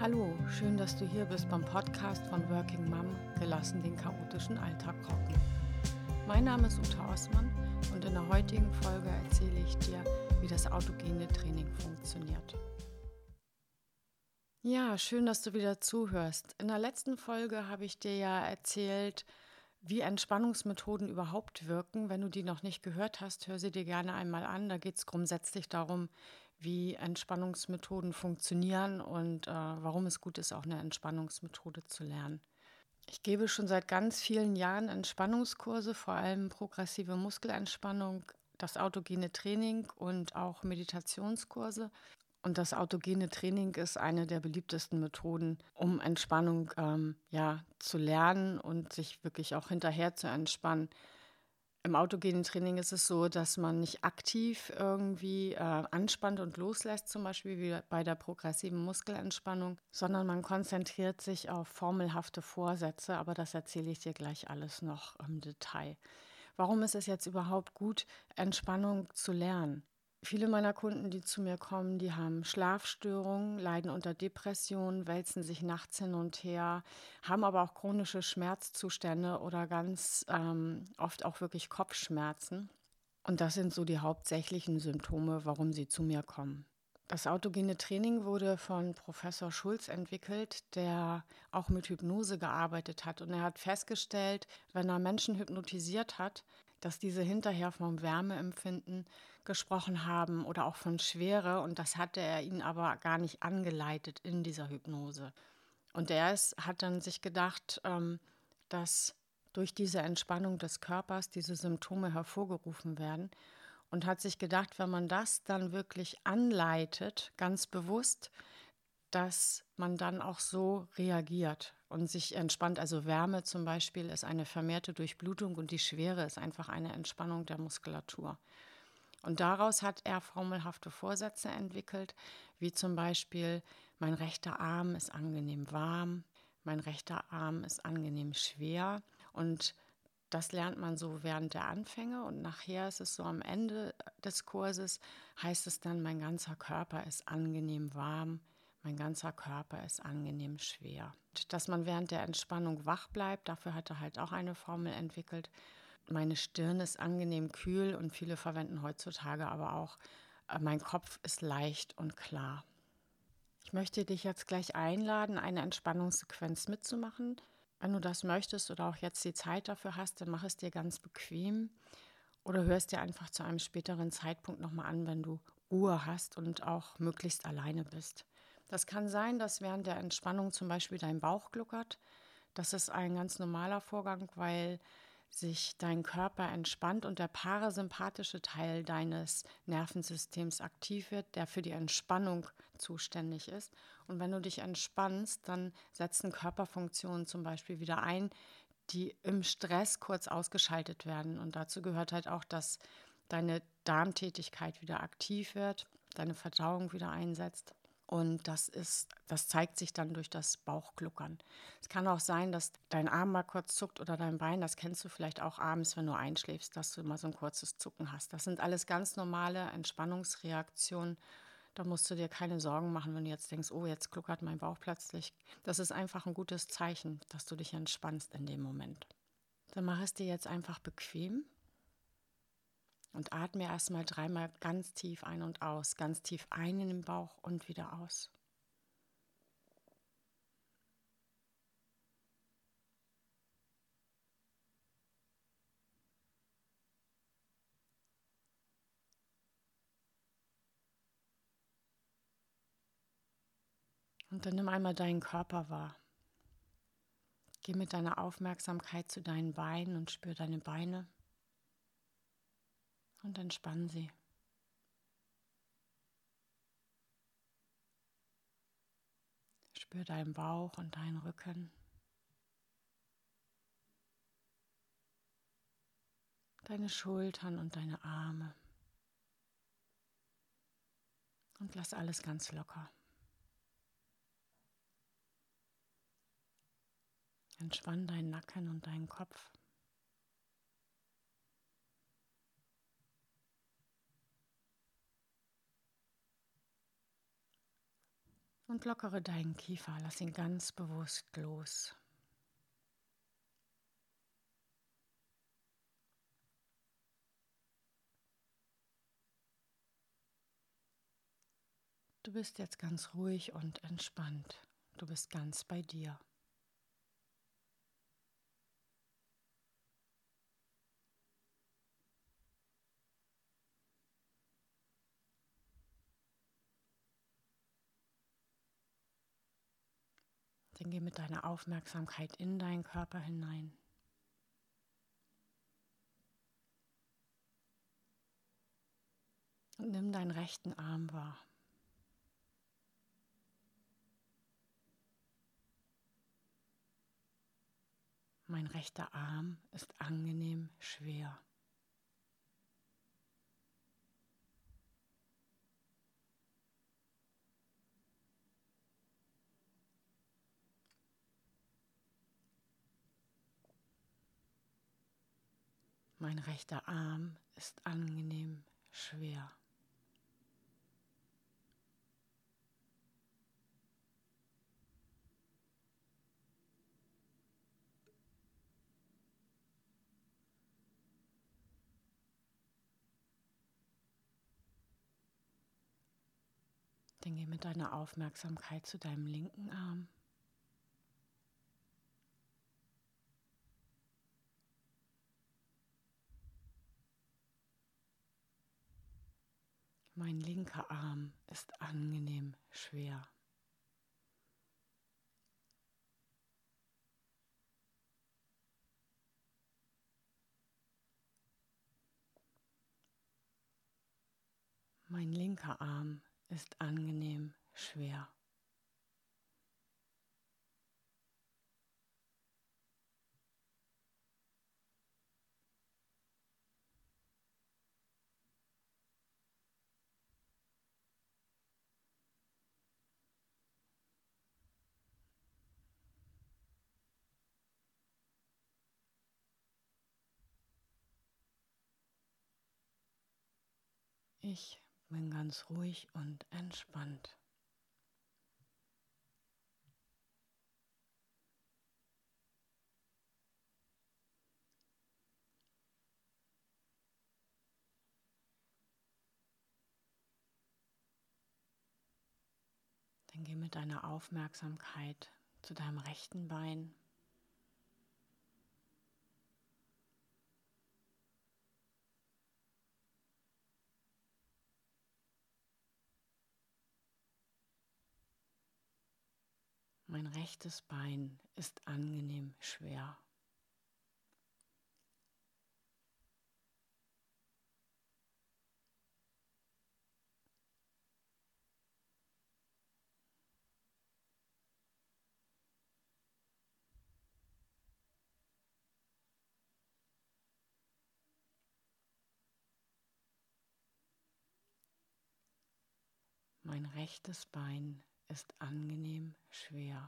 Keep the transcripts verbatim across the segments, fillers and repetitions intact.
Hallo, schön, dass du hier bist beim Podcast von Working Mom, gelassen den chaotischen Alltag rocken. Mein Name ist Uta Osman und in der heutigen Folge erzähle ich dir, wie das autogene Training funktioniert. Ja, schön, dass du wieder zuhörst. In der letzten Folge habe ich dir ja erzählt, wie Entspannungsmethoden überhaupt wirken. Wenn du die noch nicht gehört hast, hör sie dir gerne einmal an. Da geht es grundsätzlich darum, wie Entspannungsmethoden funktionieren und äh, warum es gut ist, auch eine Entspannungsmethode zu lernen. Ich gebe schon seit ganz vielen Jahren Entspannungskurse, vor allem progressive Muskelentspannung, das autogene Training und auch Meditationskurse. Und das autogene Training ist eine der beliebtesten Methoden, um Entspannung ähm, ja, zu lernen und sich wirklich auch hinterher zu entspannen. Im autogenen Training ist es so, dass man nicht aktiv irgendwie äh, anspannt und loslässt, zum Beispiel wie bei der progressiven Muskelentspannung, sondern man konzentriert sich auf formelhafte Vorsätze, aber das erzähle ich dir gleich alles noch im Detail. Warum ist es jetzt überhaupt gut, Entspannung zu lernen? Viele meiner Kunden, die zu mir kommen, die haben Schlafstörungen, leiden unter Depressionen, wälzen sich nachts hin und her, haben aber auch chronische Schmerzzustände oder ganz ähm, oft auch wirklich Kopfschmerzen. Und das sind so die hauptsächlichen Symptome, warum sie zu mir kommen. Das autogene Training wurde von Professor Schulz entwickelt, der auch mit Hypnose gearbeitet hat. Und er hat festgestellt, wenn er Menschen hypnotisiert hat, dass diese hinterher vom Wärmeempfinden gesprochen haben oder auch von Schwere. Und das hatte er ihnen aber gar nicht angeleitet in dieser Hypnose. Und er ist, hat dann sich gedacht, ähm, dass durch diese Entspannung des Körpers diese Symptome hervorgerufen werden und hat sich gedacht, wenn man das dann wirklich anleitet, ganz bewusst, dass man dann auch so reagiert und sich entspannt. Also Wärme zum Beispiel ist eine vermehrte Durchblutung und die Schwere ist einfach eine Entspannung der Muskulatur. Und daraus hat er formelhafte Vorsätze entwickelt, wie zum Beispiel, mein rechter Arm ist angenehm warm, mein rechter Arm ist angenehm schwer. Und das lernt man so während der Anfänge und nachher ist es so am Ende des Kurses, heißt es dann, mein ganzer Körper ist angenehm warm, mein ganzer Körper ist angenehm schwer. Dass man während der Entspannung wach bleibt, dafür hat er halt auch eine Formel entwickelt. Meine Stirn ist angenehm kühl und viele verwenden heutzutage aber auch, äh, mein Kopf ist leicht und klar. Ich möchte dich jetzt gleich einladen, eine Entspannungssequenz mitzumachen. Wenn du das möchtest oder auch jetzt die Zeit dafür hast, dann mach es dir ganz bequem oder hörst dir einfach zu einem späteren Zeitpunkt nochmal an, wenn du Ruhe hast und auch möglichst alleine bist. Das kann sein, dass während der Entspannung zum Beispiel dein Bauch gluckert. Das ist ein ganz normaler Vorgang, weil sich dein Körper entspannt und der parasympathische Teil deines Nervensystems aktiv wird, der für die Entspannung zuständig ist. Und wenn du dich entspannst, dann setzen Körperfunktionen zum Beispiel wieder ein, die im Stress kurz ausgeschaltet werden. Und dazu gehört halt auch, dass deine Darmtätigkeit wieder aktiv wird, deine Verdauung wieder einsetzt. Und das ist, das zeigt sich dann durch das Bauchgluckern. Es kann auch sein, dass dein Arm mal kurz zuckt oder dein Bein. Das kennst du vielleicht auch abends, wenn du einschläfst, dass du immer so ein kurzes Zucken hast. Das sind alles ganz normale Entspannungsreaktionen. Da musst du dir keine Sorgen machen, wenn du jetzt denkst, oh, jetzt gluckert mein Bauch plötzlich. Das ist einfach ein gutes Zeichen, dass du dich entspannst in dem Moment. Dann mach es dir jetzt einfach bequem und atme erstmal dreimal ganz tief ein und aus. Ganz tief ein in den Bauch und wieder aus. Und dann nimm einmal deinen Körper wahr. Geh mit deiner Aufmerksamkeit zu deinen Beinen und spür deine Beine und entspann sie. Spür deinen Bauch und deinen Rücken, deine Schultern und deine Arme und lass alles ganz locker. Entspann deinen Nacken und deinen Kopf. Und lockere deinen Kiefer, lass ihn ganz bewusst los. Du bist jetzt ganz ruhig und entspannt. Du bist ganz bei dir. Dann geh mit deiner Aufmerksamkeit in deinen Körper hinein. Und nimm deinen rechten Arm wahr. Mein rechter Arm ist angenehm schwer. Mein rechter Arm ist angenehm schwer. Dann geh mit deiner Aufmerksamkeit zu deinem linken Arm. Mein linker Arm ist angenehm schwer. Mein linker Arm ist angenehm schwer. Ich bin ganz ruhig und entspannt. Dann geh mit deiner Aufmerksamkeit zu deinem rechten Bein. Mein rechtes Bein ist angenehm schwer. Mein rechtes Bein ist angenehm schwer.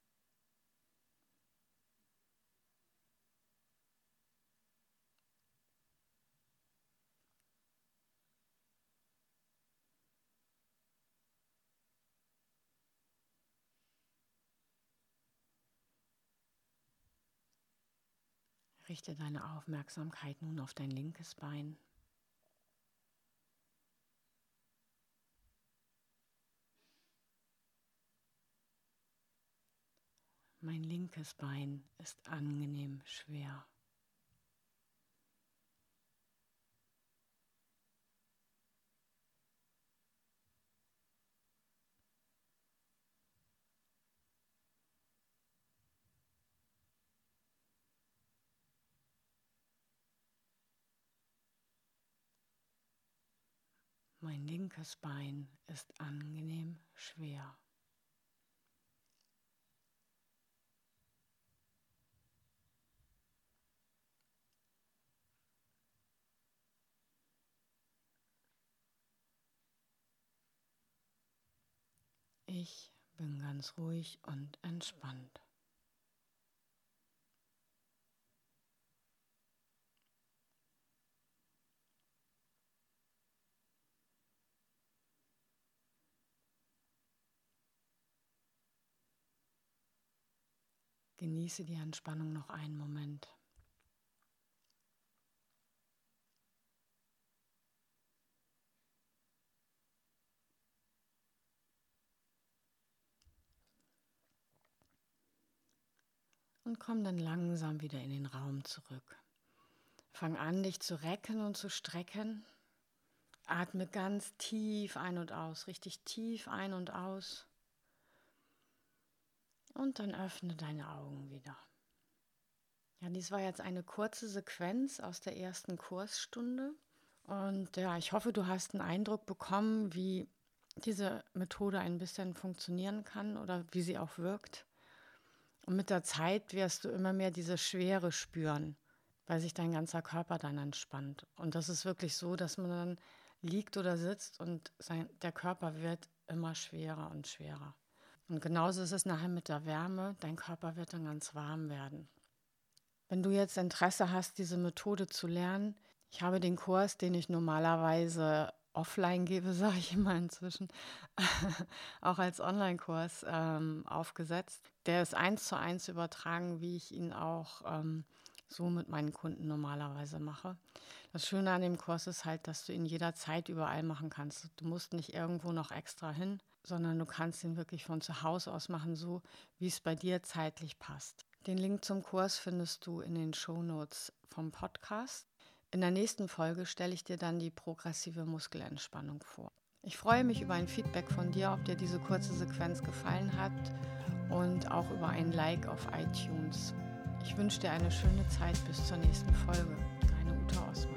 Richte deine Aufmerksamkeit nun auf dein linkes Bein. Mein linkes Bein ist angenehm schwer. Mein linkes Bein ist angenehm schwer. Ich bin ganz ruhig und entspannt. Genieße die Entspannung noch einen Moment. Und komm dann langsam wieder in den Raum zurück. Fang an, dich zu recken und zu strecken. Atme ganz tief ein und aus, richtig tief ein und aus. Und dann öffne deine Augen wieder. Ja, dies war jetzt eine kurze Sequenz aus der ersten Kursstunde. Und ja, ich hoffe, du hast einen Eindruck bekommen, wie diese Methode ein bisschen funktionieren kann oder wie sie auch wirkt. Und mit der Zeit wirst du immer mehr diese Schwere spüren, weil sich dein ganzer Körper dann entspannt. Und das ist wirklich so, dass man dann liegt oder sitzt und sein, der Körper wird immer schwerer und schwerer. Und genauso ist es nachher mit der Wärme. Dein Körper wird dann ganz warm werden. Wenn du jetzt Interesse hast, diese Methode zu lernen, ich habe den Kurs, den ich normalerweise offline gebe, sage ich immer inzwischen, auch als Online-Kurs ähm, aufgesetzt. Der ist eins zu eins übertragen, wie ich ihn auch ähm, so mit meinen Kunden normalerweise mache. Das Schöne an dem Kurs ist halt, dass du ihn jederzeit überall machen kannst. Du musst nicht irgendwo noch extra hin, sondern du kannst ihn wirklich von zu Hause aus machen, so wie es bei dir zeitlich passt. Den Link zum Kurs findest du in den Shownotes vom Podcast. In der nächsten Folge stelle ich dir dann die progressive Muskelentspannung vor. Ich freue mich über ein Feedback von dir, ob dir diese kurze Sequenz gefallen hat und auch über ein Like auf iTunes. Ich wünsche dir eine schöne Zeit bis zur nächsten Folge. Deine Ute Osman.